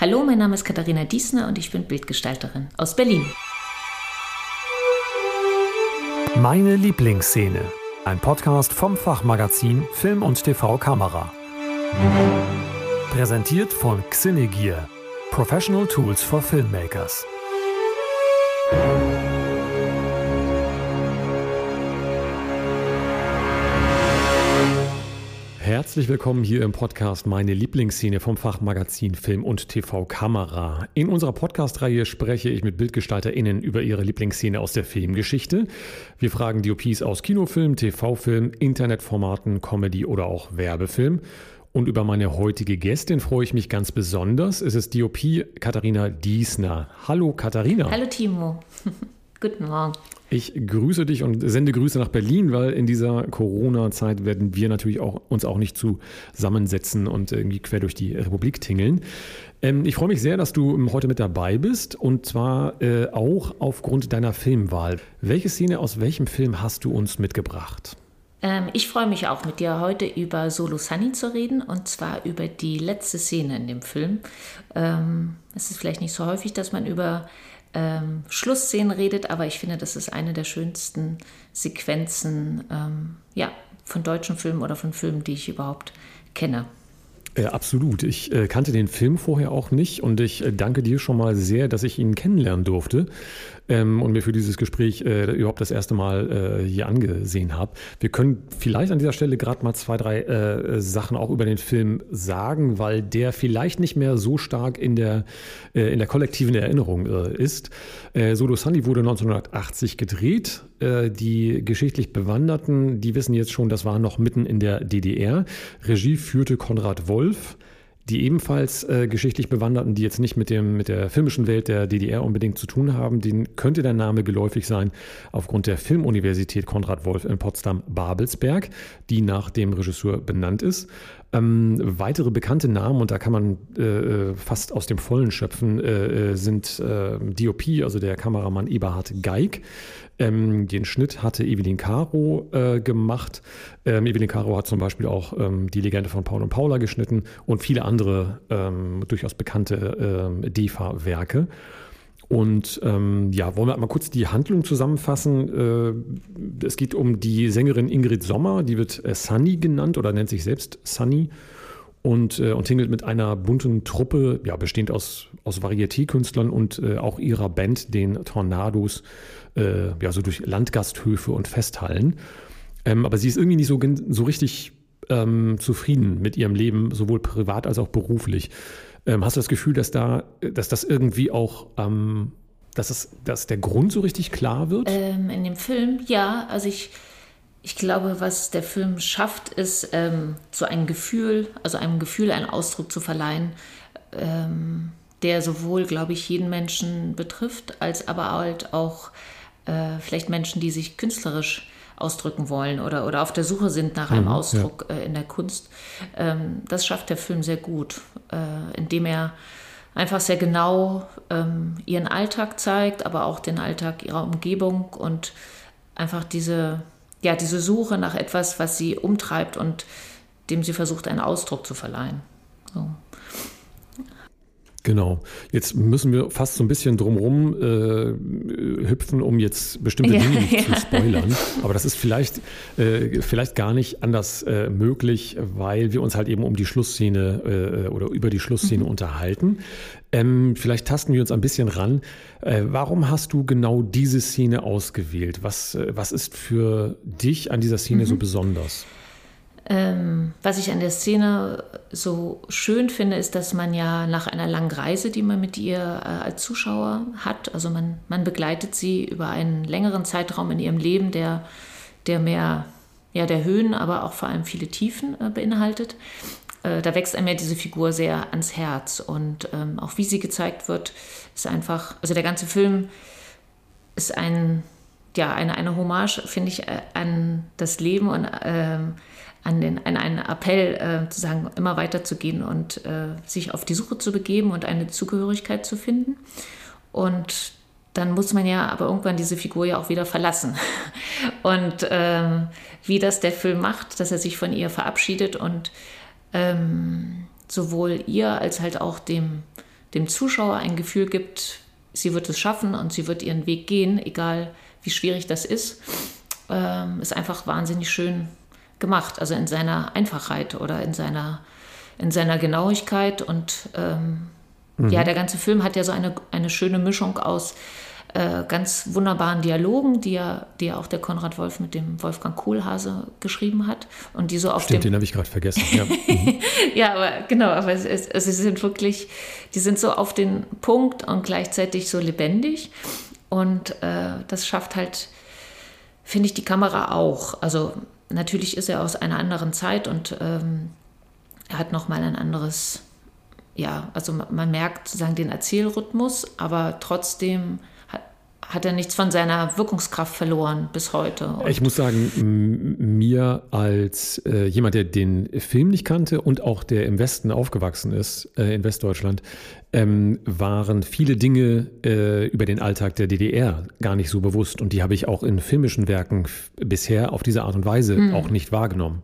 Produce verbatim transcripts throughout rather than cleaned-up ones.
Hallo, mein Name ist Katharina Diesner und ich bin Bildgestalterin aus Berlin. Meine Lieblingsszene. Ein Podcast vom Fachmagazin Film und T V Kamera. Präsentiert von Cinegear. Professional Tools for Filmmakers. Herzlich willkommen hier im Podcast Meine Lieblingsszene vom Fachmagazin Film und T V Kamera. In unserer Podcast-Reihe spreche ich mit BildgestalterInnen über ihre Lieblingsszene aus der Filmgeschichte. Wir fragen D O Ps aus Kinofilm, T V-Film, Internetformaten, Comedy oder auch Werbefilm. Und über meine heutige Gästin freue ich mich ganz besonders. Es ist D O P Katharina Diesner. Hallo Katharina. Hallo Timo. Guten Morgen. Ich grüße dich und sende Grüße nach Berlin, weil in dieser Corona-Zeit werden wir natürlich auch, uns auch nicht zusammensetzen und irgendwie quer durch die Republik tingeln. Ähm, ich freue mich sehr, dass du heute mit dabei bist und zwar äh, auch aufgrund deiner Filmwahl. Welche Szene aus welchem Film hast du uns mitgebracht? Ähm, ich freue mich auch, mit dir heute über Solo Sunny zu reden und zwar über die letzte Szene in dem Film. Ähm, es ist vielleicht nicht so häufig, dass man über Ähm, Schlussszenen redet, aber ich finde, das ist eine der schönsten Sequenzen ähm, ja, von deutschen Filmen oder von Filmen, die ich überhaupt kenne. Ja, absolut. Ich äh, kannte den Film vorher auch nicht und ich äh, danke dir schon mal sehr, dass ich ihn kennenlernen durfte ähm, und mir für dieses Gespräch äh, überhaupt das erste Mal äh, hier angesehen habe. Wir können vielleicht an dieser Stelle gerade mal zwei, drei äh, Sachen auch über den Film sagen, weil der vielleicht nicht mehr so stark in der, äh, in der kollektiven Erinnerung äh, ist. Äh, Solo Sunny wurde neunzehnhundertachtzig gedreht. Äh, die geschichtlich Bewanderten, die wissen jetzt schon, das war noch mitten in der D D R. Regie führte Konrad Wolf. Die ebenfalls äh, geschichtlich Bewanderten, die jetzt nicht mit, dem, mit der filmischen Welt der D D R unbedingt zu tun haben, denen könnte der Name geläufig sein aufgrund der Filmuniversität Konrad Wolf in Potsdam-Babelsberg, die nach dem Regisseur benannt ist. Ähm, weitere bekannte Namen, und da kann man äh, fast aus dem Vollen schöpfen, äh, sind äh, D O P, also der Kameramann Eberhard Geig. Ähm, den Schnitt hatte Evelyn Caro äh, gemacht. Ähm, Evelyn Caro hat zum Beispiel auch ähm, die Legende von Paul und Paula geschnitten und viele andere ähm, durchaus bekannte ähm, D E F A-Werke. Und ähm, ja, wollen wir mal kurz die Handlung zusammenfassen. Äh, es geht um die Sängerin Ingrid Sommer, die wird äh, Sunny genannt oder nennt sich selbst Sunny und, äh, und tingelt mit einer bunten Truppe, ja, bestehend aus, aus Varieté-Künstlern und äh, auch ihrer Band, den Tornados, äh, ja, so durch Landgasthöfe und Festhallen. Ähm, aber sie ist irgendwie nicht so, so richtig ähm, zufrieden mit ihrem Leben, sowohl privat als auch beruflich. Ähm, hast du das Gefühl, dass da, dass das irgendwie auch, ähm, dass, es, dass der Grund so richtig klar wird? Ähm, in dem Film, ja. Also ich, ich glaube, was der Film schafft, ist ähm, so ein Gefühl, also einem Gefühl einen Ausdruck zu verleihen, ähm, der sowohl, glaube ich, jeden Menschen betrifft, als aber halt auch äh, vielleicht Menschen, die sich künstlerisch ausdrücken wollen oder, oder auf der Suche sind nach einem mhm, Ausdruck ja. äh, in der Kunst. Ähm, das schafft der Film sehr gut, äh, indem er einfach sehr genau ähm, ihren Alltag zeigt, aber auch den Alltag ihrer Umgebung und einfach diese, ja, diese Suche nach etwas, was sie umtreibt und dem sie versucht, einen Ausdruck zu verleihen. So. Genau. Jetzt müssen wir fast so ein bisschen drumherum äh, hüpfen, um jetzt bestimmte ja, Dinge nicht ja. zu spoilern. Aber das ist vielleicht, äh, vielleicht gar nicht anders äh, möglich, weil wir uns halt eben um die Schlussszene äh, oder über die Schlussszene mhm. unterhalten. Ähm, vielleicht tasten wir uns ein bisschen ran. Äh, warum hast du genau diese Szene ausgewählt? Was, äh, was ist für dich an dieser Szene mhm. so besonders? Ähm, was ich an der Szene so schön finde, ist, dass man ja nach einer langen Reise, die man mit ihr äh, als Zuschauer hat, also man, man begleitet sie über einen längeren Zeitraum in ihrem Leben, der, der mehr ja, der Höhen, aber auch vor allem viele Tiefen äh, beinhaltet. Äh, da wächst einem ja diese Figur sehr ans Herz und ähm, auch wie sie gezeigt wird, ist einfach, also der ganze Film ist ein, ja, eine, eine Hommage, finde ich, äh, an das Leben und ähm, an, den, an einen Appell, äh, zu sagen, immer weiterzugehen und äh, sich auf die Suche zu begeben und eine Zugehörigkeit zu finden. Und dann muss man ja aber irgendwann diese Figur ja auch wieder verlassen. Und ähm, wie das der Film macht, dass er sich von ihr verabschiedet und ähm, sowohl ihr als halt auch dem, dem Zuschauer ein Gefühl gibt, sie wird es schaffen und sie wird ihren Weg gehen, egal wie schwierig das ist, ähm, ist einfach wahnsinnig schön gemacht. Also in seiner Einfachheit oder in seiner, in seiner Genauigkeit. Und ähm, mhm. ja, der ganze Film hat ja so eine, eine schöne Mischung aus äh, ganz wunderbaren Dialogen, die ja, die ja auch der Konrad Wolf mit dem Wolfgang Kohlhase geschrieben hat. Und die so auf Stimmt, dem den habe ich gerade vergessen. Ja, mhm. ja, aber genau, aber es, es, es sind wirklich, die sind so auf den Punkt und gleichzeitig so lebendig. Und äh, das schafft halt, finde ich, die Kamera auch. Also natürlich ist er aus einer anderen Zeit und ähm, er hat nochmal ein anderes, ja, also man, man merkt sozusagen den Erzählrhythmus, aber trotzdem hat, hat er nichts von seiner Wirkungskraft verloren bis heute. Und ich muss sagen, m- mir als äh, jemand, der den Film nicht kannte und auch der im Westen aufgewachsen ist, äh, in Westdeutschland, ähm, waren viele Dinge äh, über den Alltag der D D R gar nicht so bewusst. Und die habe ich auch in filmischen Werken f- bisher auf diese Art und Weise mhm. auch nicht wahrgenommen.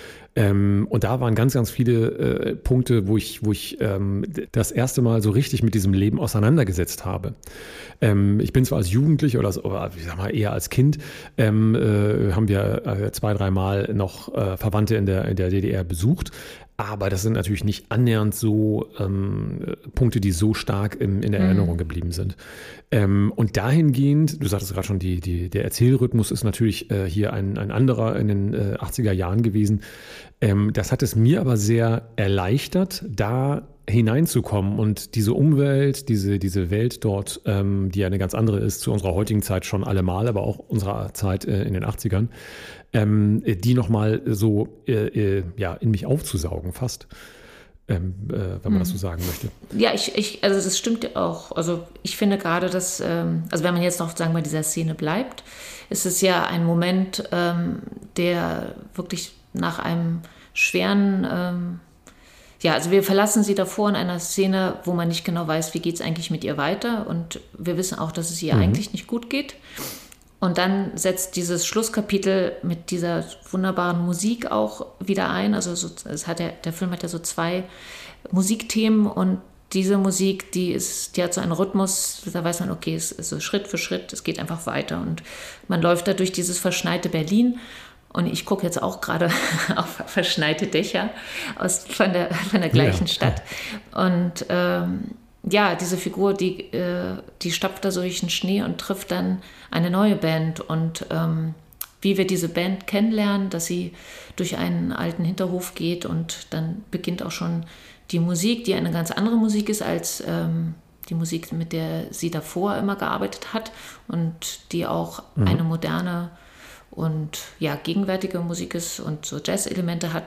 Ähm, und da waren ganz, ganz viele äh, Punkte, wo ich, wo ich ähm, das erste Mal so richtig mit diesem Leben auseinandergesetzt habe. Ähm, ich bin zwar als Jugendlicher oder, oder ich sag mal eher als Kind, ähm, äh, haben wir äh, zwei, dreimal noch äh, Verwandte in der, in der D D R besucht. Aber das sind natürlich nicht annähernd so ähm, Punkte, die so stark im, in der Erinnerung geblieben sind. Ähm, und dahingehend, du sagtest gerade schon, die, die, der Erzählrhythmus ist natürlich äh, hier ein, ein anderer in den äh, achtziger Jahren gewesen. Ähm, das hat es mir aber sehr erleichtert, da hineinzukommen und diese Umwelt, diese, diese Welt dort, ähm, die ja eine ganz andere ist, zu unserer heutigen Zeit schon allemal, aber auch unserer Zeit äh, in den achtzigern, ähm, die nochmal so äh, äh, ja, in mich aufzusaugen fast, ähm, äh, wenn man hm. das so sagen möchte. Ja, ich, ich, also das stimmt auch. Also ich finde gerade, dass, ähm, also wenn man jetzt noch, sagen wir, bei dieser Szene bleibt, ist es ja ein Moment, ähm, der wirklich nach einem schweren, ähm, ja, also wir verlassen sie davor in einer Szene, wo man nicht genau weiß, wie geht es eigentlich mit ihr weiter, und wir wissen auch, dass es ihr mhm. eigentlich nicht gut geht. Und dann setzt dieses Schlusskapitel mit dieser wunderbaren Musik auch wieder ein. Also so, es hat ja, der Film hat ja so zwei Musikthemen, und diese Musik, die ist, die hat so einen Rhythmus, da weiß man, okay, es ist so Schritt für Schritt, es geht einfach weiter, und man läuft da durch dieses verschneite Berlin. Und ich gucke jetzt auch gerade auf verschneite Dächer aus, von, der, von der gleichen ja. Stadt. Und ähm, ja, diese Figur, die, äh, die stapft da so durch den Schnee und trifft dann eine neue Band. Und ähm, wie wir diese Band kennenlernen, dass sie durch einen alten Hinterhof geht, und dann beginnt auch schon die Musik, die eine ganz andere Musik ist als ähm, die Musik, mit der sie davor immer gearbeitet hat, und die auch mhm. eine moderne und ja, gegenwärtige Musik ist und so Jazz-Elemente hat.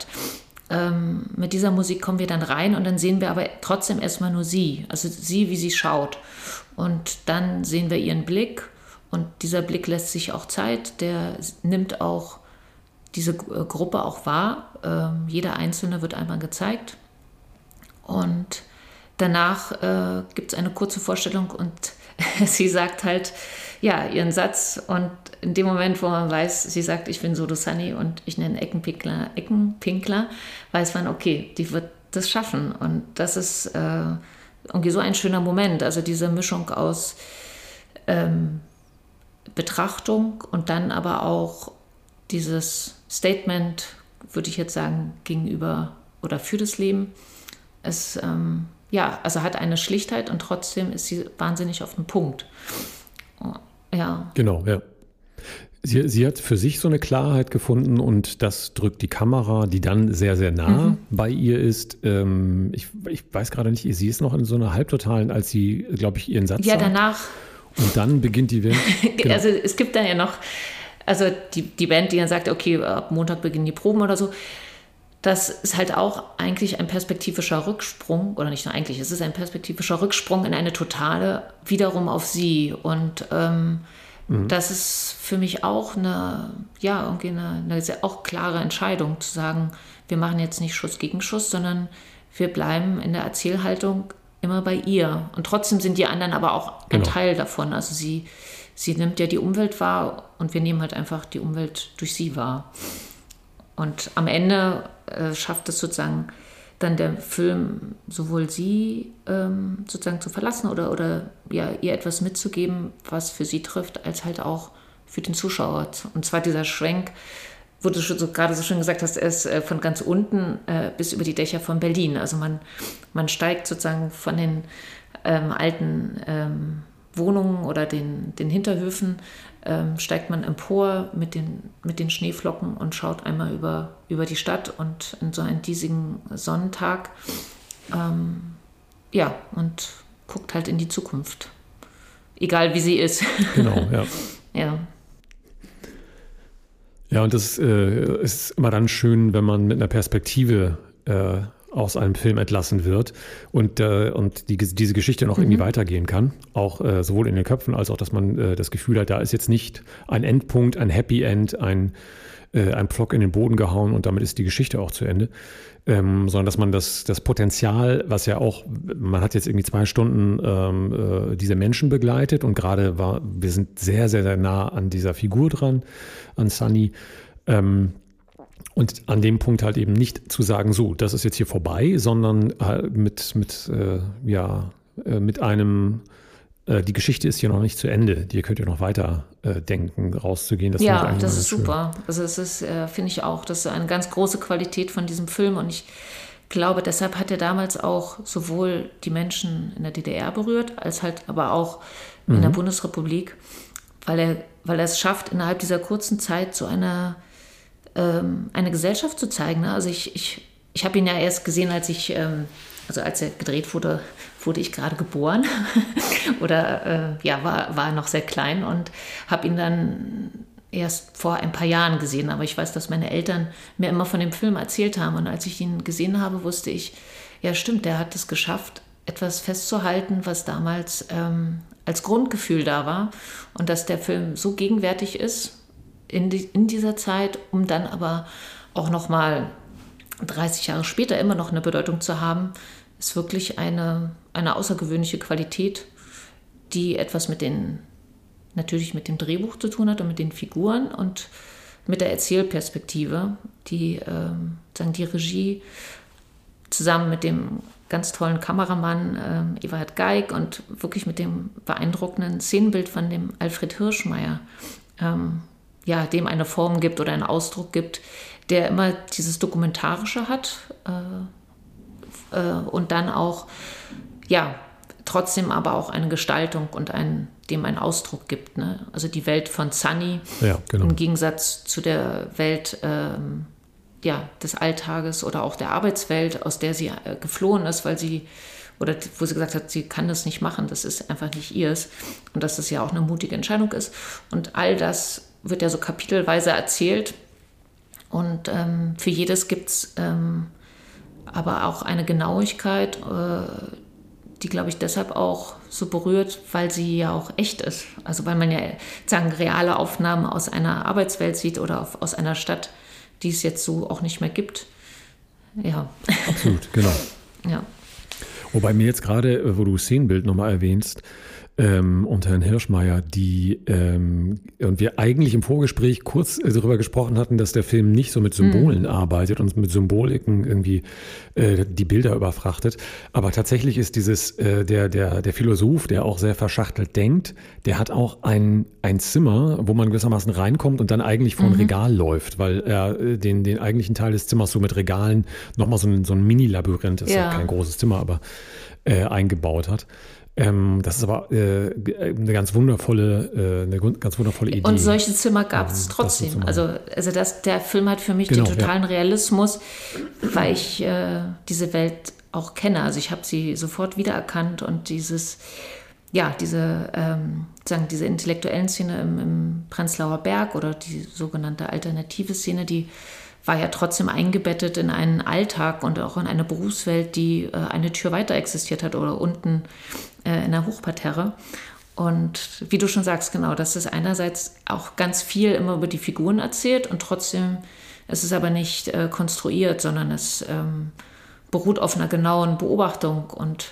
Ähm, mit dieser Musik kommen wir dann rein, und dann sehen wir aber trotzdem erstmal nur sie, also sie, wie sie schaut. Und dann sehen wir ihren Blick, und dieser Blick lässt sich auch Zeit, der nimmt auch diese äh, Gruppe auch wahr. Ähm, jeder Einzelne wird einmal gezeigt, und danach äh, gibt es eine kurze Vorstellung, und sie sagt halt, ja, ihren Satz, und in dem Moment, wo man weiß, sie sagt, ich bin Sodo Sunny und ich nenne Eckenpinkler, Eckenpinkler, weiß man, okay, die wird das schaffen. Und das ist äh, irgendwie so ein schöner Moment, also diese Mischung aus ähm, Betrachtung und dann aber auch dieses Statement, würde ich jetzt sagen, gegenüber oder für das Leben. Es ähm, ja, also hat eine Schlichtheit, und trotzdem ist sie wahnsinnig auf den Punkt. Ja. Genau, ja. Sie, sie hat für sich so eine Klarheit gefunden, und das drückt die Kamera, die dann sehr, sehr nah mhm. bei ihr ist. Ähm, ich, ich weiß gerade nicht, sie ist noch in so einer Halbtotalen, als sie, glaube ich, ihren Satz Ja, sagt. danach. Und dann beginnt die Band. Genau. Also es gibt da ja noch, also die, die Band, die dann sagt, okay, ab Montag beginnen die Proben oder so. Das ist halt auch eigentlich ein perspektivischer Rücksprung, oder nicht nur eigentlich, es ist ein perspektivischer Rücksprung in eine Totale, wiederum auf sie. Und ähm, mhm. das ist für mich auch eine, ja, irgendwie eine, eine sehr auch klare Entscheidung, zu sagen, wir machen jetzt nicht Schuss gegen Schuss, sondern wir bleiben in der Erzählhaltung immer bei ihr. Und trotzdem sind die anderen aber auch genau. ein Teil davon. Also sie, sie nimmt ja die Umwelt wahr, und wir nehmen halt einfach die Umwelt durch sie wahr. Und am Ende äh, schafft es sozusagen dann der Film sowohl sie ähm, sozusagen zu verlassen oder, oder ja, ihr etwas mitzugeben, was für sie trifft, als halt auch für den Zuschauer. Und zwar dieser Schwenk, wo du schon so, gerade so schön gesagt hast, er ist äh, von ganz unten äh, bis über die Dächer von Berlin. Also man, man steigt sozusagen von den ähm, alten ähm, Wohnungen oder den, den Hinterhöfen, ähm, steigt man empor mit den, mit den Schneeflocken und schaut einmal über, über die Stadt und in so einen diesigen Sonnentag, ähm, ja, und guckt halt in die Zukunft. Egal wie sie ist. Genau, ja. Ja. Ja, und das äh, ist immer dann schön, wenn man mit einer Perspektive äh, aus einem Film entlassen wird und, äh, und die, diese Geschichte noch mhm. irgendwie weitergehen kann. Auch äh, sowohl in den Köpfen, als auch, dass man äh, das Gefühl hat, da ist jetzt nicht ein Endpunkt, ein Happy End, ein, äh, ein Pflock in den Boden gehauen und damit ist die Geschichte auch zu Ende. Ähm, sondern dass man das, das Potenzial, was ja auch, man hat jetzt irgendwie zwei Stunden ähm, äh, diese Menschen begleitet und gerade war, wir sind sehr, sehr, sehr nah an dieser Figur dran, an Sunny. Ähm, und an dem Punkt halt eben nicht zu sagen, so, das ist jetzt hier vorbei, sondern halt mit, mit, äh, ja, äh, mit einem, äh, die Geschichte ist hier noch nicht zu Ende, ihr könnt ja noch weiter äh, denken, rauszugehen. Das ja, das ist super. Schön. Also es ist, äh, finde ich auch, das ist eine ganz große Qualität von diesem Film und ich glaube, deshalb hat er damals auch sowohl die Menschen in der D D R berührt, als halt aber auch in mhm. der Bundesrepublik, weil er, weil er es schafft, innerhalb dieser kurzen Zeit so eine eine Gesellschaft zu zeigen. Ne? Also ich, ich, ich habe ihn ja erst gesehen, als ich, ähm, also als er gedreht wurde, wurde ich gerade geboren oder äh, ja, war, war noch sehr klein und habe ihn dann erst vor ein paar Jahren gesehen. Aber ich weiß, dass meine Eltern mir immer von dem Film erzählt haben und als ich ihn gesehen habe, wusste ich, ja stimmt, der hat es geschafft, etwas festzuhalten, was damals ähm, als Grundgefühl da war und dass der Film so gegenwärtig ist, In, die, in dieser Zeit, um dann aber auch noch mal dreißig Jahre später immer noch eine Bedeutung zu haben, ist wirklich eine, eine außergewöhnliche Qualität, die etwas mit den, natürlich mit dem Drehbuch zu tun hat und mit den Figuren und mit der Erzählperspektive, die, ähm, sagen die Regie zusammen mit dem ganz tollen Kameramann ähm, Everhard Geig und wirklich mit dem beeindruckenden Szenenbild von dem Alfred Hirschmeier ähm, ja, dem eine Form gibt oder einen Ausdruck gibt, der immer dieses Dokumentarische hat äh, äh, und dann auch, ja, trotzdem aber auch eine Gestaltung und ein, dem einen Ausdruck gibt. Ne? Also die Welt von Sunny ja, genau. im Gegensatz zu der Welt ähm, ja, des Alltages oder auch der Arbeitswelt, aus der sie äh, geflohen ist, weil sie oder wo sie gesagt hat, sie kann das nicht machen, das ist einfach nicht ihrs und dass das ja auch eine mutige Entscheidung ist. Und all das wird ja so kapitelweise erzählt und ähm, für jedes gibt es ähm, aber auch eine Genauigkeit, äh, die, glaube ich, deshalb auch so berührt, weil sie ja auch echt ist. Also weil man ja sagen reale Aufnahmen aus einer Arbeitswelt sieht oder auf, aus einer Stadt, die es jetzt so auch nicht mehr gibt. Ja. Absolut, genau. Ja. Wobei mir jetzt gerade, wo du Szenenbild nochmal erwähnst, Ähm, und Herrn Hirschmeier, die ähm, und wir eigentlich im Vorgespräch kurz äh, darüber gesprochen hatten, dass der Film nicht so mit Symbolen mm. arbeitet und mit Symboliken irgendwie äh, die Bilder überfrachtet. Aber tatsächlich ist dieses äh, der der der Philosoph, der auch sehr verschachtelt denkt, der hat auch ein ein Zimmer, wo man gewissermaßen reinkommt und dann eigentlich vor ein mhm. Regal läuft, weil er äh, den den eigentlichen Teil des Zimmers so mit Regalen nochmal so ein so ein Mini-Labyrinth, ist ja kein großes Zimmer, aber äh, eingebaut hat. Ähm, das ist aber äh, eine ganz wundervolle, äh, eine ganz wundervolle Idee. Und solche Zimmer gab es ähm, trotzdem. Also, also das, der Film hat für mich genau, den totalen ja. Realismus, weil ich äh, diese Welt auch kenne. Also ich habe sie sofort wiedererkannt und dieses, ja, diese, ähm, sagen, diese intellektuellen Szene im, im Prenzlauer Berg oder die sogenannte alternative Szene, die war ja trotzdem eingebettet in einen Alltag und auch in eine Berufswelt, die äh, eine Tür weiter existiert hat oder unten äh, in der Hochparterre. Und wie du schon sagst, genau, das ist einerseits auch ganz viel immer über die Figuren erzählt und trotzdem ist es aber nicht äh, konstruiert, sondern es ähm, beruht auf einer genauen Beobachtung und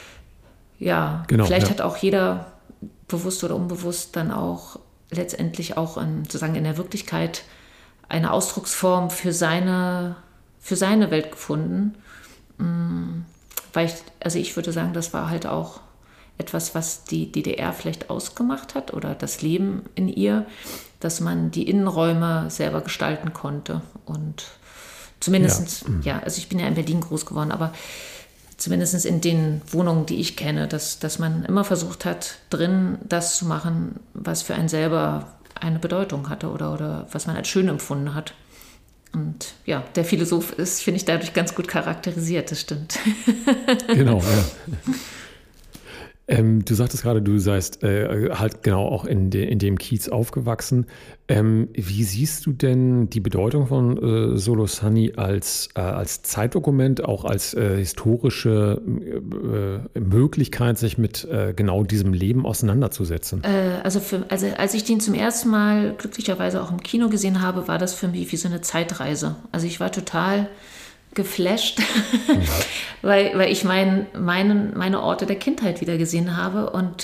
ja, genau, vielleicht ja. hat auch jeder bewusst oder unbewusst dann auch letztendlich auch in, sozusagen in der Wirklichkeit eine Ausdrucksform für seine, für seine Welt gefunden. weil ich, also ich würde sagen, das war halt auch etwas, was die D D R vielleicht ausgemacht hat oder das Leben in ihr, dass man die Innenräume selber gestalten konnte. Und zumindest, ja, ja also ich bin ja in Berlin groß geworden, aber zumindest in den Wohnungen, die ich kenne, dass, dass man immer versucht hat, drin das zu machen, was für einen selber eine Bedeutung hatte oder, oder was man als schön empfunden hat. Und ja, der Philosoph ist, finde ich, dadurch ganz gut charakterisiert, das stimmt. Genau, ja. Ähm, du sagtest gerade, du seist äh, halt genau auch in, de, in dem Kiez aufgewachsen. Ähm, wie siehst du denn die Bedeutung von äh, Solosani als, äh, als Zeitdokument, auch als äh, historische äh, Möglichkeit, sich mit äh, genau diesem Leben auseinanderzusetzen? Äh, also, für, also als ich den zum ersten Mal glücklicherweise auch im Kino gesehen habe, war das für mich wie so eine Zeitreise. Also ich war total geflasht, ja. weil, weil ich mein, meinen, meine Orte der Kindheit wieder gesehen habe. Und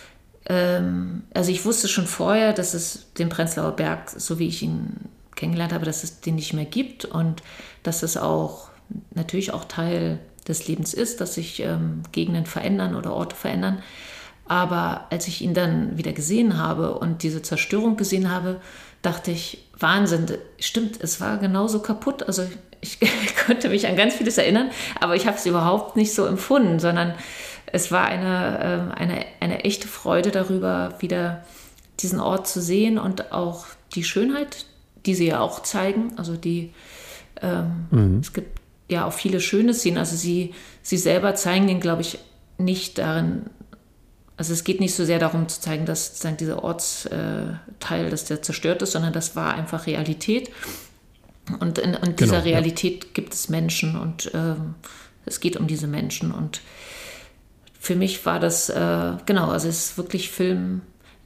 ähm, also ich wusste schon vorher, dass es den Prenzlauer Berg, so wie ich ihn kennengelernt habe, dass es den nicht mehr gibt und dass es auch natürlich auch Teil des Lebens ist, dass sich ähm, Gegenden verändern oder Orte verändern. Aber als ich ihn dann wieder gesehen habe und diese Zerstörung gesehen habe, dachte ich, Wahnsinn, stimmt, es war genauso kaputt. Also ich konnte mich an ganz vieles erinnern, aber ich habe es überhaupt nicht so empfunden, sondern es war eine, eine, eine echte Freude darüber, wieder diesen Ort zu sehen und auch die Schönheit, die sie ja auch zeigen. Also die, ähm, mhm. es gibt ja auch viele schöne Szenen. Also sie, sie selber zeigen den, glaube ich, nicht darin. Also es geht nicht so sehr darum zu zeigen, dass sozusagen dieser Ortsteil, dass der zerstört ist, sondern das war einfach Realität. Und in, in dieser genau, Realität ja. gibt es Menschen und äh, es geht um diese Menschen. Und für mich war das, äh, genau, also es ist wirklich Film,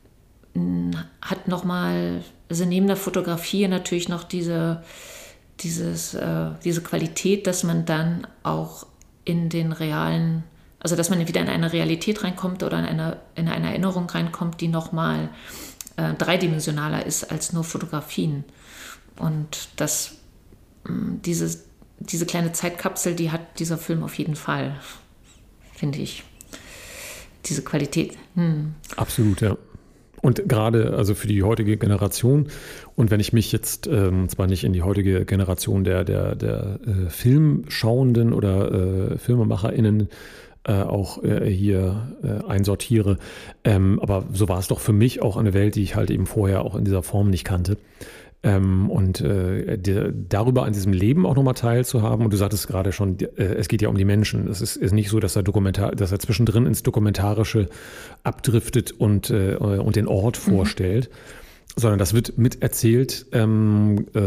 mh, hat nochmal, also neben der Fotografie natürlich noch diese, dieses, äh, diese Qualität, dass man dann auch in den realen, also dass man wieder in eine Realität reinkommt oder in eine, in eine Erinnerung reinkommt, die nochmal äh, dreidimensionaler ist als nur Fotografien. Und das, diese, diese kleine Zeitkapsel, die hat dieser Film auf jeden Fall, finde ich. Diese Qualität. Hm. Absolut, ja. Und gerade also für die heutige Generation, und wenn ich mich jetzt ähm, zwar nicht in die heutige Generation der, der, der äh, Filmschauenden oder äh, FilmemacherInnen äh, auch äh, hier äh, einsortiere, ähm, aber so war es doch für mich auch eine Welt, die ich halt eben vorher auch in dieser Form nicht kannte. Ähm, und äh, die, darüber an diesem Leben auch nochmal teilzuhaben. Und du sagtest gerade schon, äh, es geht ja um die Menschen. Es ist, ist nicht so, dass er, Dokumentar, dass er zwischendrin ins Dokumentarische abdriftet und, äh, und den Ort vorstellt, mhm. sondern das wird miterzählt, ähm, äh,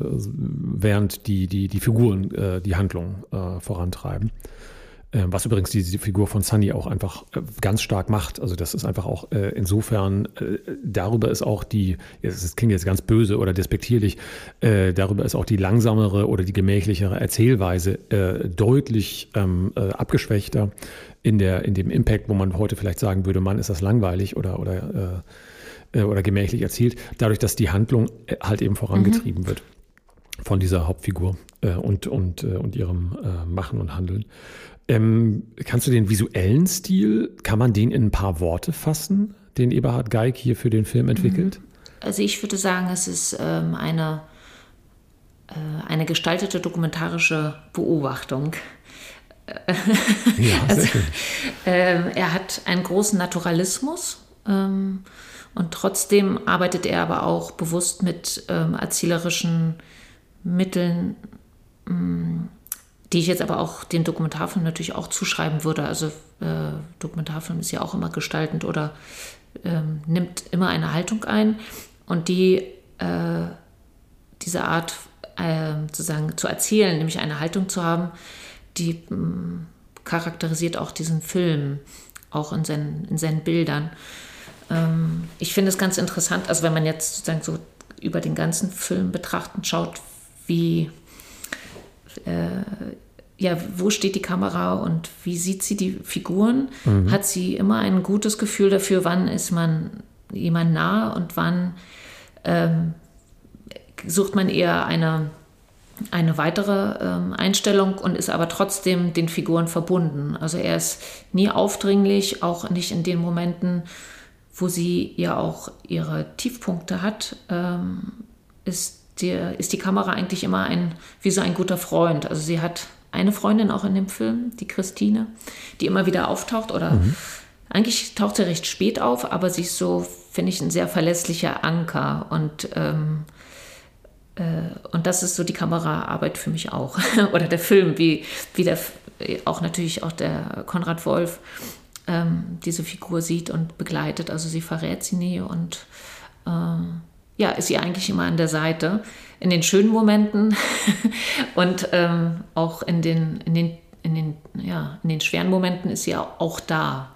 während die, die, die Figuren äh, die Handlung äh, vorantreiben. Was übrigens diese Figur von Sunny auch einfach ganz stark macht. Also das ist einfach auch äh, insofern, äh, darüber ist auch die, das klingt jetzt ganz böse oder despektierlich, äh, darüber ist auch die langsamere oder die gemächlichere Erzählweise äh, deutlich ähm, äh, abgeschwächter in, der, in dem Impact, wo man heute vielleicht sagen würde, Mann, ist das langweilig oder, oder, äh, oder gemächlich erzählt, dadurch, dass die Handlung halt eben vorangetrieben mhm. wird von dieser Hauptfigur äh, und, und, äh, und ihrem äh, Machen und Handeln. Ähm, kannst du den visuellen Stil, kann man den in ein paar Worte fassen, den Eberhard Geig hier für den Film entwickelt? Also ich würde sagen, es ist ähm, eine, äh, eine gestaltete dokumentarische Beobachtung. Ja, also, sehr schön. Ähm, er hat einen großen Naturalismus ähm, und trotzdem arbeitet er aber auch bewusst mit ähm, erzählerischen Mitteln, ähm, die ich jetzt aber auch dem Dokumentarfilm natürlich auch zuschreiben würde. Also äh, Dokumentarfilm ist ja auch immer gestaltend oder ähm, nimmt immer eine Haltung ein. Und die, äh, diese Art äh, sozusagen zu erzählen, nämlich eine Haltung zu haben, die mh, charakterisiert auch diesen Film, auch in seinen, in seinen Bildern. Ähm, ich finde es ganz interessant, also wenn man jetzt sozusagen so über den ganzen Film betrachtend schaut, wie Äh, ja, wo steht die Kamera und wie sieht sie die Figuren? Mhm. Hat sie immer ein gutes Gefühl dafür, wann ist man jemand nah und wann ähm, sucht man eher eine, eine weitere ähm, Einstellung und ist aber trotzdem den Figuren verbunden. Also er ist nie aufdringlich, auch nicht in den Momenten, wo sie ja auch ihre Tiefpunkte hat, ähm, ist, die, ist die Kamera eigentlich immer ein, wie so ein guter Freund. Also sie hat eine Freundin auch in dem Film, die Christine, die immer wieder auftaucht oder mhm. eigentlich taucht sie recht spät auf, aber sie ist so, finde ich, ein sehr verlässlicher Anker und ähm, Und das ist so die Kameraarbeit für mich auch. Oder der Film, wie, wie der, auch natürlich auch der Konrad Wolf ähm, diese Figur sieht und begleitet. Also sie verrät sie nie und ähm, ja, ist sie eigentlich immer an der Seite. In den schönen Momenten und ähm, auch in den, in, den, in, den, ja, in den schweren Momenten ist sie auch da.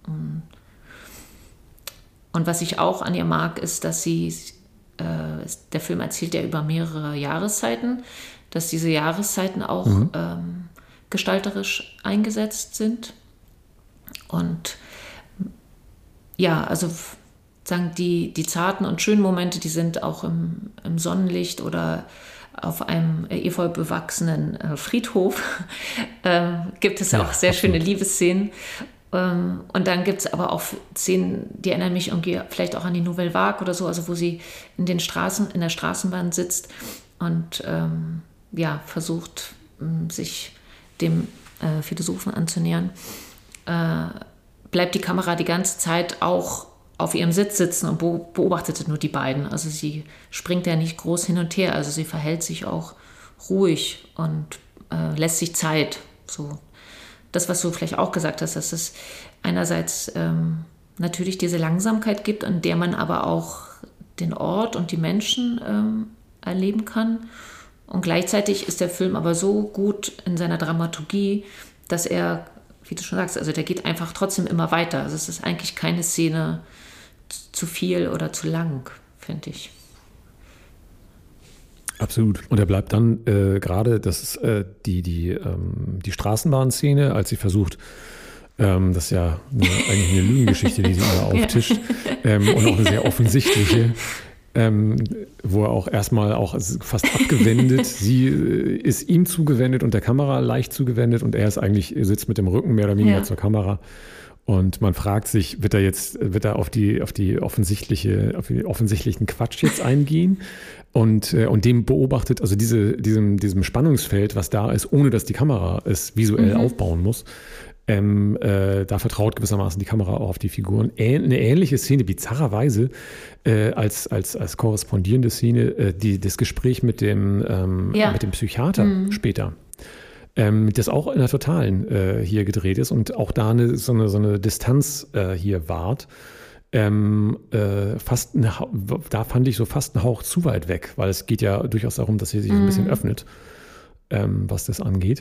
Und was ich auch an ihr mag, ist, dass sie der Film erzählt ja über mehrere Jahreszeiten, dass diese Jahreszeiten auch mhm. ähm, gestalterisch eingesetzt sind. Und ja, also sagen die, die zarten und schönen Momente, die sind auch im, im Sonnenlicht oder auf einem efeu bewachsenen äh, Friedhof. ähm, gibt es ja auch sehr absolut. Schöne Liebesszenen. Und dann gibt es aber auch Szenen, die erinnern mich irgendwie vielleicht auch an die Nouvelle Vague oder so, also wo sie in den Straßen, in der Straßenbahn sitzt und ähm, ja, versucht, sich dem äh, Philosophen anzunähern. Äh, bleibt die Kamera die ganze Zeit auch auf ihrem Sitz sitzen und beobachtet nur die beiden. Also sie springt ja nicht groß hin und her, also sie verhält sich auch ruhig und äh, lässt sich Zeit, so. Das, was du vielleicht auch gesagt hast, dass es einerseits ähm, natürlich diese Langsamkeit gibt, an der man aber auch den Ort und die Menschen ähm, erleben kann. Und gleichzeitig ist der Film aber so gut in seiner Dramaturgie, dass er, wie du schon sagst, also der geht einfach trotzdem immer weiter. Also es ist eigentlich keine Szene zu viel oder zu lang, finde ich. Absolut. Und er bleibt dann äh, gerade, das ist äh, die, die, ähm, die Straßenbahnszene, als sie versucht, ähm, das ist ja eine, eigentlich eine Lügengeschichte, die sie da auftischt, ähm, und auch eine sehr offensichtliche, ähm, wo er auch erstmal auch fast abgewendet, sie äh, ist ihm zugewendet und der Kamera leicht zugewendet und er ist eigentlich, sitzt mit dem Rücken mehr oder weniger ja. zur Kamera. Und man fragt sich, wird er jetzt, wird er auf die, auf die offensichtliche, auf die offensichtlichen Quatsch jetzt eingehen? Und, äh, und dem beobachtet, also diese, diesem, diesem Spannungsfeld, was da ist, ohne dass die Kamera es visuell mhm. aufbauen muss, ähm, äh, da vertraut gewissermaßen die Kamera auch auf die Figuren. Ähn, eine ähnliche Szene, bizarrerweise, äh, als, als, als korrespondierende Szene, äh, die, das Gespräch mit dem, ähm, ja. mit dem Psychiater mhm. später. Ähm, das auch in der Totalen äh, hier gedreht ist und auch da eine, so, eine, so eine Distanz äh, hier wahrt. Ähm, äh, fast eine, da fand ich so fast einen Hauch zu weit weg, weil es geht ja durchaus darum, dass sie sich mm. ein bisschen öffnet, ähm, was das angeht.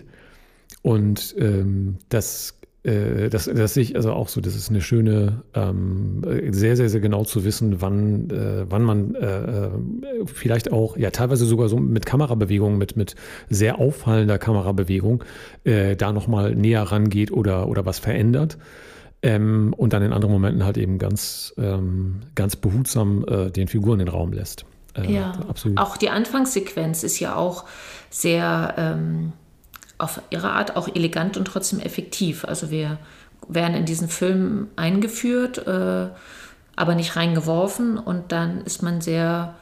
Und ähm, das, äh, das, das sehe ich also auch so, das ist eine schöne, ähm, sehr, sehr, sehr genau zu wissen, wann, äh, wann man äh, vielleicht auch, ja teilweise sogar so mit Kamerabewegungen, mit, mit sehr auffallender Kamerabewegung, äh, da nochmal näher rangeht oder, oder was verändert. Ähm, und dann in anderen Momenten halt eben ganz, ähm, ganz behutsam äh, den Figuren den Raum lässt. Äh, ja, absolut. Auch die Anfangssequenz ist ja auch sehr ähm, auf ihre Art auch elegant und trotzdem effektiv. Also wir werden in diesen Film eingeführt, äh, aber nicht reingeworfen und dann ist man sehr,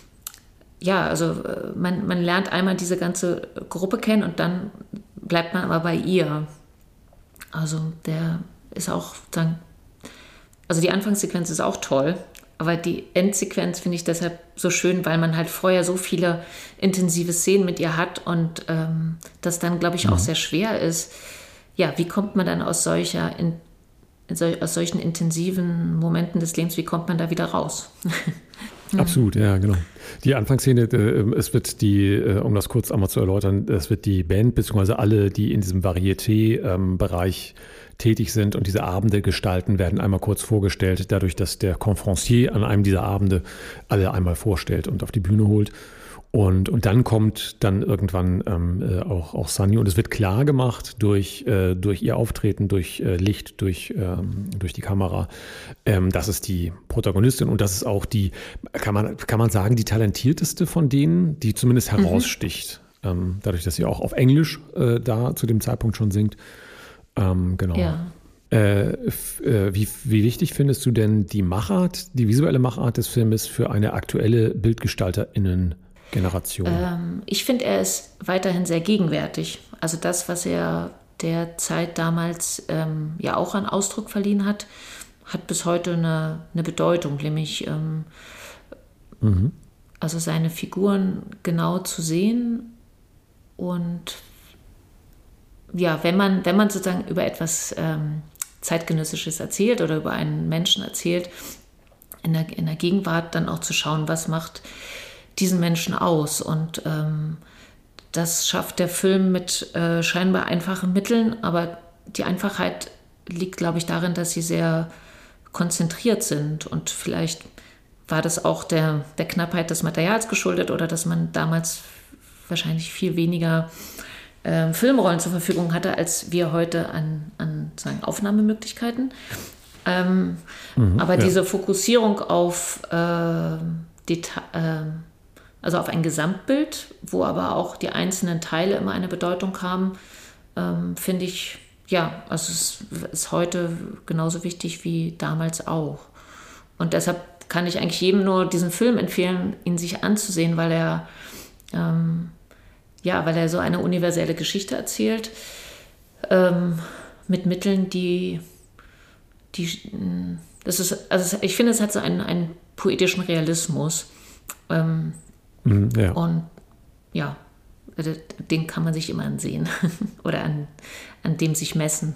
ja, also äh, man, man lernt einmal diese ganze Gruppe kennen und dann bleibt man aber bei ihr. Also der ist auch dann, also die Anfangssequenz ist auch toll, aber die Endsequenz finde ich deshalb so schön, weil man halt vorher so viele intensive Szenen mit ihr hat und ähm, das dann, glaube ich, mhm. auch sehr schwer ist. Ja, wie kommt man dann aus solcher, in, aus solchen intensiven Momenten des Lebens, wie kommt man da wieder raus? Absolut, ja, genau. Die Anfangsszene, äh, es wird die, äh, um das kurz einmal zu erläutern, es wird die Band beziehungsweise alle, die in diesem Varieté-Bereich ähm, tätig sind und diese Abende gestalten, werden einmal kurz vorgestellt, dadurch, dass der Conferencier an einem dieser Abende alle einmal vorstellt und auf die Bühne holt. Und, und dann kommt dann irgendwann ähm, äh, auch, auch Sunny und es wird klar gemacht durch, äh, durch ihr Auftreten, durch äh, Licht, durch, ähm, durch die Kamera. Ähm, das ist die Protagonistin und das ist auch die, kann man, kann man sagen, die talentierteste von denen, die zumindest heraussticht. Mhm. ähm, dadurch, dass sie auch auf Englisch äh, da zu dem Zeitpunkt schon singt. Ähm, genau. Ja. Äh, f- äh, wie, wie wichtig findest du denn die Machart, die visuelle Machart des Filmes für eine aktuelle BildgestalterInnen-Generation? Ähm, ich finde, er ist weiterhin sehr gegenwärtig. Also das, was er der Zeit damals ähm, ja auch an Ausdruck verliehen hat, hat bis heute eine, eine Bedeutung, nämlich ähm, Mhm. also seine Figuren genau zu sehen und ja, wenn man, wenn man sozusagen über etwas ähm, Zeitgenössisches erzählt oder über einen Menschen erzählt, in der, in der Gegenwart dann auch zu schauen, was macht diesen Menschen aus. Und ähm, das schafft der Film mit äh, scheinbar einfachen Mitteln, aber die Einfachheit liegt, glaube ich, darin, dass sie sehr konzentriert sind. Und vielleicht war das auch der, der Knappheit des Materials geschuldet oder dass man damals wahrscheinlich viel weniger äh, Filmrollen zur Verfügung hatte, als wir heute an, an sagen, Aufnahmemöglichkeiten. Ähm, Mhm, aber ja. diese Fokussierung auf äh, Deta- äh, also auf ein Gesamtbild, wo aber auch die einzelnen Teile immer eine Bedeutung haben, ähm, finde ich, ja, also es ist heute genauso wichtig wie damals auch. Und deshalb kann ich eigentlich jedem nur diesen Film empfehlen, ihn sich anzusehen, weil er, ähm, ja, weil er so eine universelle Geschichte erzählt, ähm, mit Mitteln, die, die, das ist, also ich finde, es hat so einen, einen poetischen Realismus. Ähm, Mhm, ja. Und ja, den kann man sich immer ansehen oder an, an dem sich messen.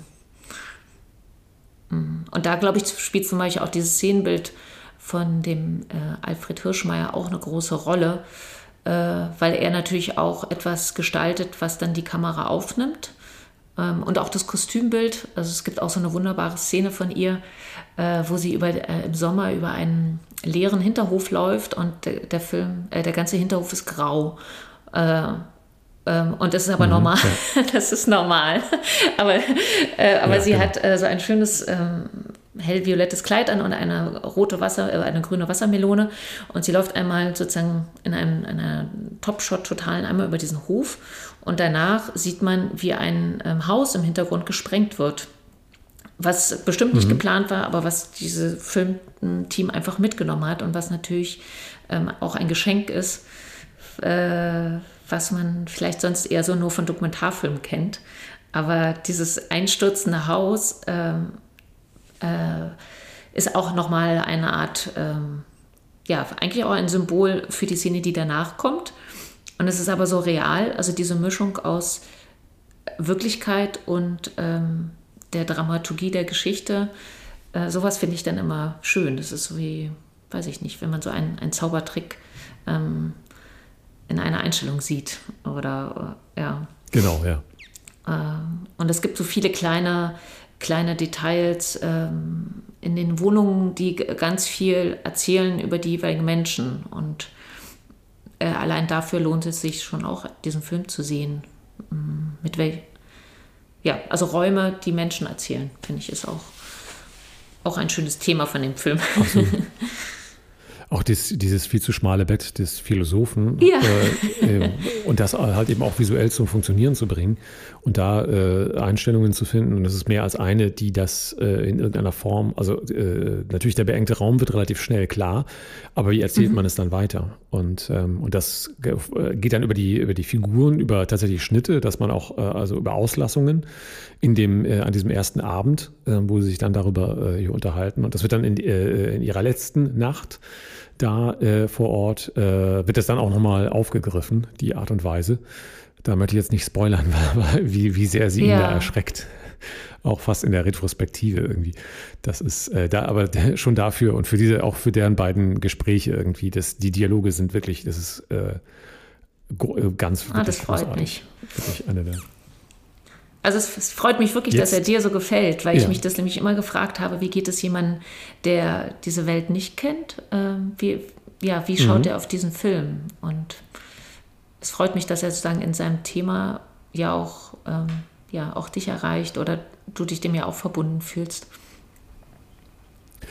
Und da, glaube ich, spielt zum Beispiel auch dieses Szenenbild von dem äh, Alfred Hirschmeier auch eine große Rolle, äh, weil er natürlich auch etwas gestaltet, was dann die Kamera aufnimmt. Ähm, und auch das Kostümbild. Also es gibt auch so eine wunderbare Szene von ihr, äh, wo sie über, äh, im Sommer über einen leeren Hinterhof läuft und der, der Film, äh, der ganze Hinterhof ist grau. Äh, ähm, und das ist aber Mhm, normal. ja. Das ist normal. aber äh, aber Ja, sie genau. hat äh, so ein schönes ähm, hellviolettes Kleid an und eine rote Wasser, äh, eine grüne Wassermelone. Und sie läuft einmal sozusagen in einem einer Top-Shot totalen einmal über diesen Hof. Und danach sieht man, wie ein ähm, Haus im Hintergrund gesprengt wird. Was bestimmt nicht Mhm. geplant war, aber was dieses Filmteam einfach mitgenommen hat und was natürlich ähm, auch ein Geschenk ist, äh, was man vielleicht sonst eher so nur von Dokumentarfilmen kennt. Aber dieses einstürzende Haus ähm, äh, ist auch nochmal eine Art, ähm, ja, eigentlich auch ein Symbol für die Szene, die danach kommt. Und es ist aber so real, also diese Mischung aus Wirklichkeit und ähm, der Dramaturgie der Geschichte, äh, sowas finde ich dann immer schön. Das ist so wie, weiß ich nicht, wenn man so einen, einen Zaubertrick ähm, in einer Einstellung sieht. Oder, äh, ja. Genau, ja. Ähm, und es gibt so viele kleine, kleine Details ähm, in den Wohnungen, die g- ganz viel erzählen über die jeweiligen Menschen. Und äh, allein dafür lohnt es sich schon auch, diesen Film zu sehen. Mm, Mit wel ja, also Räume, die Menschen erzählen, finde ich, ist auch, auch ein schönes Thema von dem Film. Auch dies, dieses viel zu schmale Bett des Philosophen Ja. äh, äh, und das halt eben auch visuell zum Funktionieren zu bringen und da äh, Einstellungen zu finden. Und das ist mehr als eine, die das äh, in irgendeiner Form, also äh, natürlich der beengte Raum wird relativ schnell klar, aber wie erzählt Mhm. man es dann weiter? Und, ähm, und das äh, geht dann über die, über die Figuren, über tatsächlich Schnitte, dass man auch, äh, also über Auslassungen in dem, äh, an diesem ersten Abend, äh, wo sie sich dann darüber äh, hier unterhalten. Und das wird dann in, äh, in ihrer letzten Nacht da äh, vor Ort, äh, wird das dann auch nochmal aufgegriffen, die Art und Weise. Da möchte ich jetzt nicht spoilern, weil, wie, wie sehr sie ihn Ja. da erschreckt. Auch fast in der Retrospektive irgendwie. Das ist äh, da, aber schon dafür und für diese, auch für deren beiden Gespräche irgendwie, das, die Dialoge sind wirklich, das ist äh, gro- äh, ganz Ah, das wirklich freut großartig. mich. Wirklich eine der. Also es, es freut mich wirklich, Jetzt- dass er dir so gefällt, weil ich Ja. mich das nämlich immer gefragt habe, wie geht es jemandem, der diese Welt nicht kennt? Ähm, wie, ja, wie schaut Mhm. er auf diesen Film? Und es freut mich, dass er sozusagen in seinem Thema ja auch, ähm, ja auch dich erreicht oder du dich dem ja auch verbunden fühlst.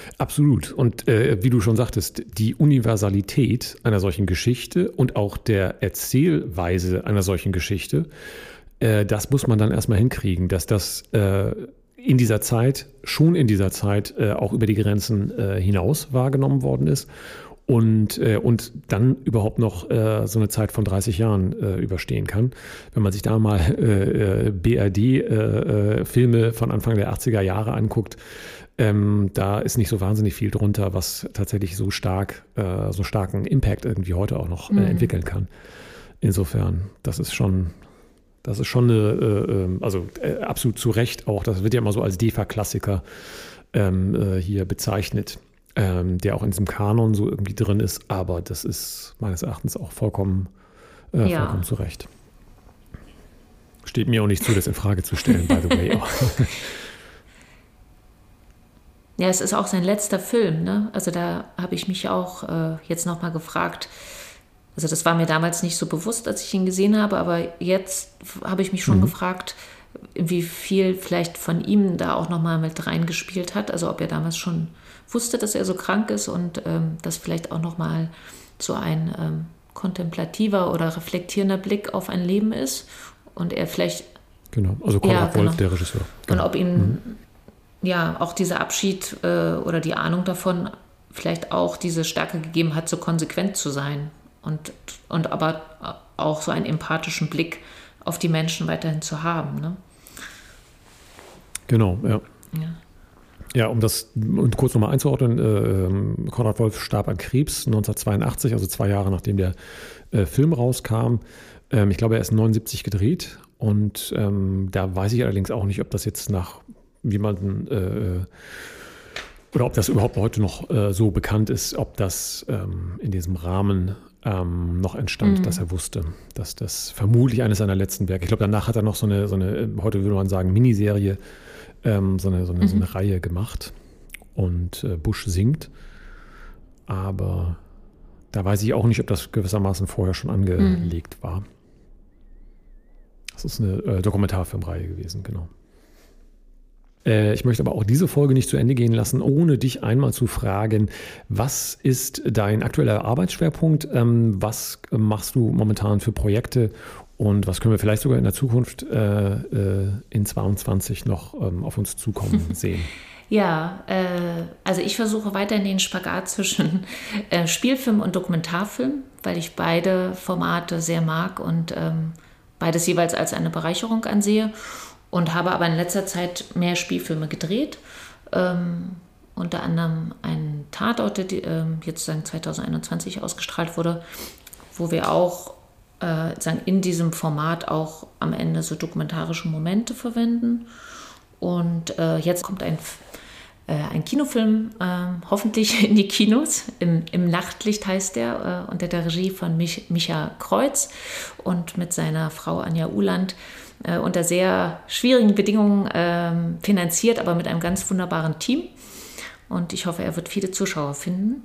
Absolut. Und äh, wie du schon sagtest, die Universalität einer solchen Geschichte und auch der Erzählweise einer solchen Geschichte, äh, das muss man dann erstmal hinkriegen, dass das äh, in dieser Zeit, schon in dieser Zeit äh, auch über die Grenzen äh, hinaus wahrgenommen worden ist. Und, äh, und dann überhaupt noch äh, so eine Zeit von dreißig Jahren äh, überstehen kann. Wenn man sich da mal äh, B R D-Filme äh, von Anfang der achtziger Jahre anguckt, ähm, da ist nicht so wahnsinnig viel drunter, was tatsächlich so stark, äh, so starken Impact irgendwie heute auch noch äh, mhm. entwickeln kann. Insofern, das ist schon, das ist schon eine, äh, also äh, absolut zu Recht auch, das wird ja immer so als D E F A-Klassiker ähm, äh, hier bezeichnet. Ähm, der auch in diesem Kanon so irgendwie drin ist, aber das ist meines Erachtens auch vollkommen, äh, ja. vollkommen zu Recht. Steht mir auch nicht zu, das in Frage zu stellen, by the way. Ja, es ist auch sein letzter Film, ne? Also da habe ich mich auch äh, jetzt nochmal gefragt, also das war mir damals nicht so bewusst, als ich ihn gesehen habe, aber jetzt habe ich mich schon mhm. gefragt, wie viel vielleicht von ihm da auch nochmal mit reingespielt hat, also ob er damals schon wusste, dass er so krank ist und ähm, das vielleicht auch nochmal so ein ähm, kontemplativer oder reflektierender Blick auf ein Leben ist und er vielleicht... Genau, also Konrad ja, Wolf, genau. der Regisseur. Genau. Und ob ihm mhm. ja auch dieser Abschied äh, oder die Ahnung davon vielleicht auch diese Stärke gegeben hat, so konsequent zu sein und, und aber auch so einen empathischen Blick auf die Menschen weiterhin zu haben. Ne? Genau, ja. Ja. Ja, um das und kurz nochmal einzuordnen, äh, Konrad Wolf starb an Krebs neunzehnhundertzweiundachtzig, also zwei Jahre nachdem der äh, Film rauskam. Ähm, ich glaube, er ist neunundsiebzig gedreht und ähm, da weiß ich allerdings auch nicht, ob das jetzt nach jemanden äh, oder ob das überhaupt heute noch äh, so bekannt ist, ob das ähm, in diesem Rahmen ähm, noch entstand, mhm. dass er wusste, dass das vermutlich eines seiner letzten Werke, ich glaube, danach hat er noch so eine, so eine heute würde man sagen, Miniserie, Ähm, so, eine, so, eine, mhm. so eine Reihe gemacht und äh, Bush singt. Aber da weiß ich auch nicht, ob das gewissermaßen vorher schon angelegt mhm. war. Das ist eine äh, Dokumentarfilmreihe gewesen, genau. Äh, ich möchte aber auch diese Folge nicht zu Ende gehen lassen, ohne dich einmal zu fragen, was ist dein aktueller Arbeitsschwerpunkt? Ähm, was machst du momentan für Projekte? Und was können wir vielleicht sogar in der Zukunft äh, äh, in zweiundzwanzig noch ähm, auf uns zukommen sehen? Ja, äh, also ich versuche weiterhin den Spagat zwischen äh, Spielfilm und Dokumentarfilm, weil ich beide Formate sehr mag und ähm, beides jeweils als eine Bereicherung ansehe und habe aber in letzter Zeit mehr Spielfilme gedreht. Ähm, unter anderem einen Tatort, der äh, jetzt sagen zwanzig einundzwanzig ausgestrahlt wurde, wo wir auch Äh, sagen, in diesem Format auch am Ende so dokumentarische Momente verwenden. Und äh, jetzt kommt ein, äh, ein Kinofilm, äh, hoffentlich in die Kinos. Im, im Nachtlicht heißt der, äh, unter der Regie von Mich, Micha Kreuz und mit seiner Frau Anja Uhland äh, unter sehr schwierigen Bedingungen äh, finanziert, aber mit einem ganz wunderbaren Team. Und ich hoffe, er wird viele Zuschauer finden.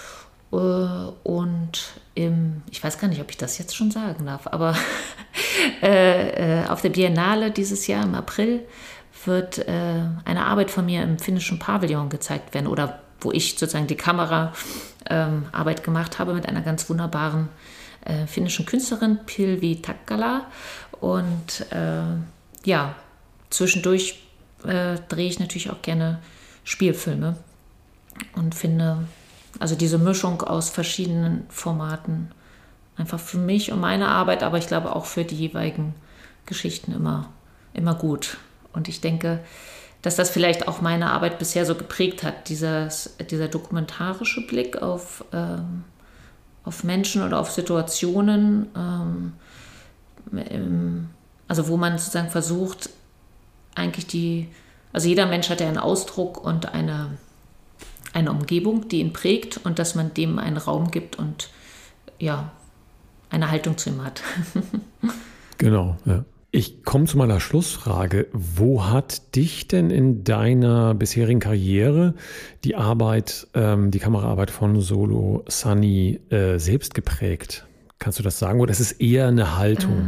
Und im, ich weiß gar nicht, ob ich das jetzt schon sagen darf, aber äh, auf der Biennale dieses Jahr im April wird äh, eine Arbeit von mir im finnischen Pavillon gezeigt werden oder wo ich sozusagen die Kameraarbeit ähm, gemacht habe mit einer ganz wunderbaren äh, finnischen Künstlerin, Pilvi Takkala. Und äh, ja, zwischendurch äh, drehe ich natürlich auch gerne Spielfilme und finde also diese Mischung aus verschiedenen Formaten einfach für mich und meine Arbeit, aber ich glaube auch für die jeweiligen Geschichten immer, immer gut. Und ich denke, dass das vielleicht auch meine Arbeit bisher so geprägt hat, dieses, dieser dokumentarische Blick auf, ähm, auf Menschen oder auf Situationen, ähm, im, also wo man sozusagen versucht, eigentlich die, also jeder Mensch hat ja einen Ausdruck und eine eine Umgebung, die ihn prägt und dass man dem einen Raum gibt und ja, eine Haltung zu ihm hat. Genau, ja. Ich komme zu meiner Schlussfrage. Wo hat dich denn in deiner bisherigen Karriere die Arbeit, ähm, die Kameraarbeit von Solo Sunny äh, selbst geprägt? Kannst du das sagen? Oder ist es eher eine Haltung? Ähm,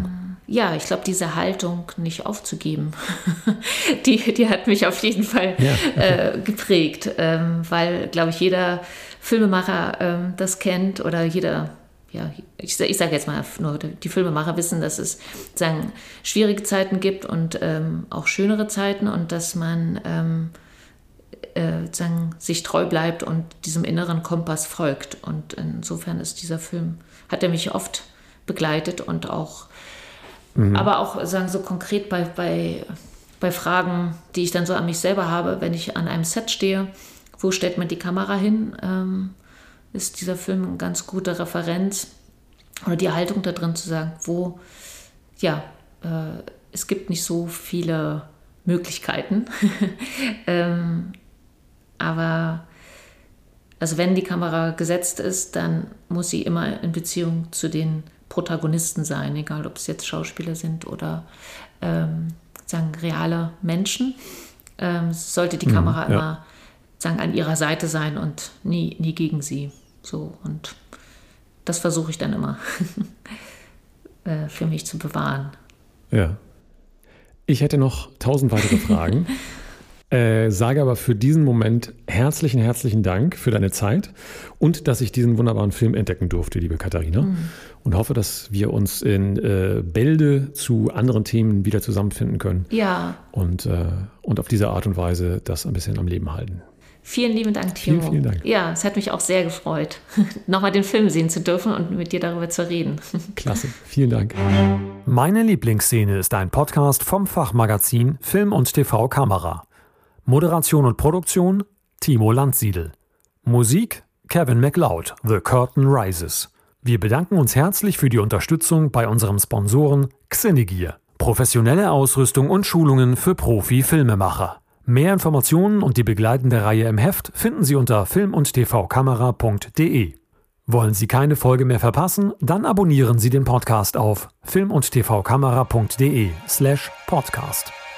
ja, ich glaube, diese Haltung nicht aufzugeben, die, die hat mich auf jeden Fall ja, okay. äh, geprägt, ähm, weil, glaube ich, jeder Filmemacher ähm, das kennt oder jeder, ja, ich, ich sage jetzt mal nur, die Filmemacher wissen, dass es sagen, schwierige Zeiten gibt und ähm, auch schönere Zeiten und dass man ähm, äh, sagen, sich treu bleibt und diesem inneren Kompass folgt. Und insofern ist dieser Film, hat er mich oft begleitet und auch Mhm. aber auch sagen so konkret bei, bei, bei Fragen, die ich dann so an mich selber habe, wenn ich an einem Set stehe, wo stellt man die Kamera hin, ähm, ist dieser Film eine ganz gute Referenz oder die Haltung da drin zu sagen, wo, ja, äh, es gibt nicht so viele Möglichkeiten, ähm, aber also wenn die Kamera gesetzt ist, dann muss sie immer in Beziehung zu den Protagonisten sein, egal ob es jetzt Schauspieler sind oder ähm, sagen reale Menschen, ähm, sollte die Kamera mhm, ja. immer sagen, an ihrer Seite sein und nie, nie gegen sie. So, und das versuche ich dann immer äh, für mich zu bewahren. Ja. Ich hätte noch tausend weitere Fragen. Äh, sage aber für diesen Moment herzlichen, herzlichen Dank für deine Zeit und dass ich diesen wunderbaren Film entdecken durfte, liebe Katharina. Mhm. Und hoffe, dass wir uns in äh, Bälde zu anderen Themen wieder zusammenfinden können. Ja. Und, äh, und auf diese Art und Weise das ein bisschen am Leben halten. Vielen lieben Dank, Timo. Vielen, vielen Dank. Ja, es hat mich auch sehr gefreut, nochmal den Film sehen zu dürfen und mit dir darüber zu reden. Klasse, vielen Dank. Meine Lieblingsszene ist ein Podcast vom Fachmagazin Film und T V Kamera. Moderation und Produktion Timo Landsiedel. Musik Kevin MacLeod, The Curtain Rises. Wir bedanken uns herzlich für die Unterstützung bei unserem Sponsoren Xenegear. Professionelle Ausrüstung und Schulungen für Profi-Filmemacher. Mehr Informationen und die begleitende Reihe im Heft finden Sie unter film und t v kamera punkt d e. Wollen Sie keine Folge mehr verpassen? Dann abonnieren Sie den Podcast auf film und t v kamera punkt d e slash podcast.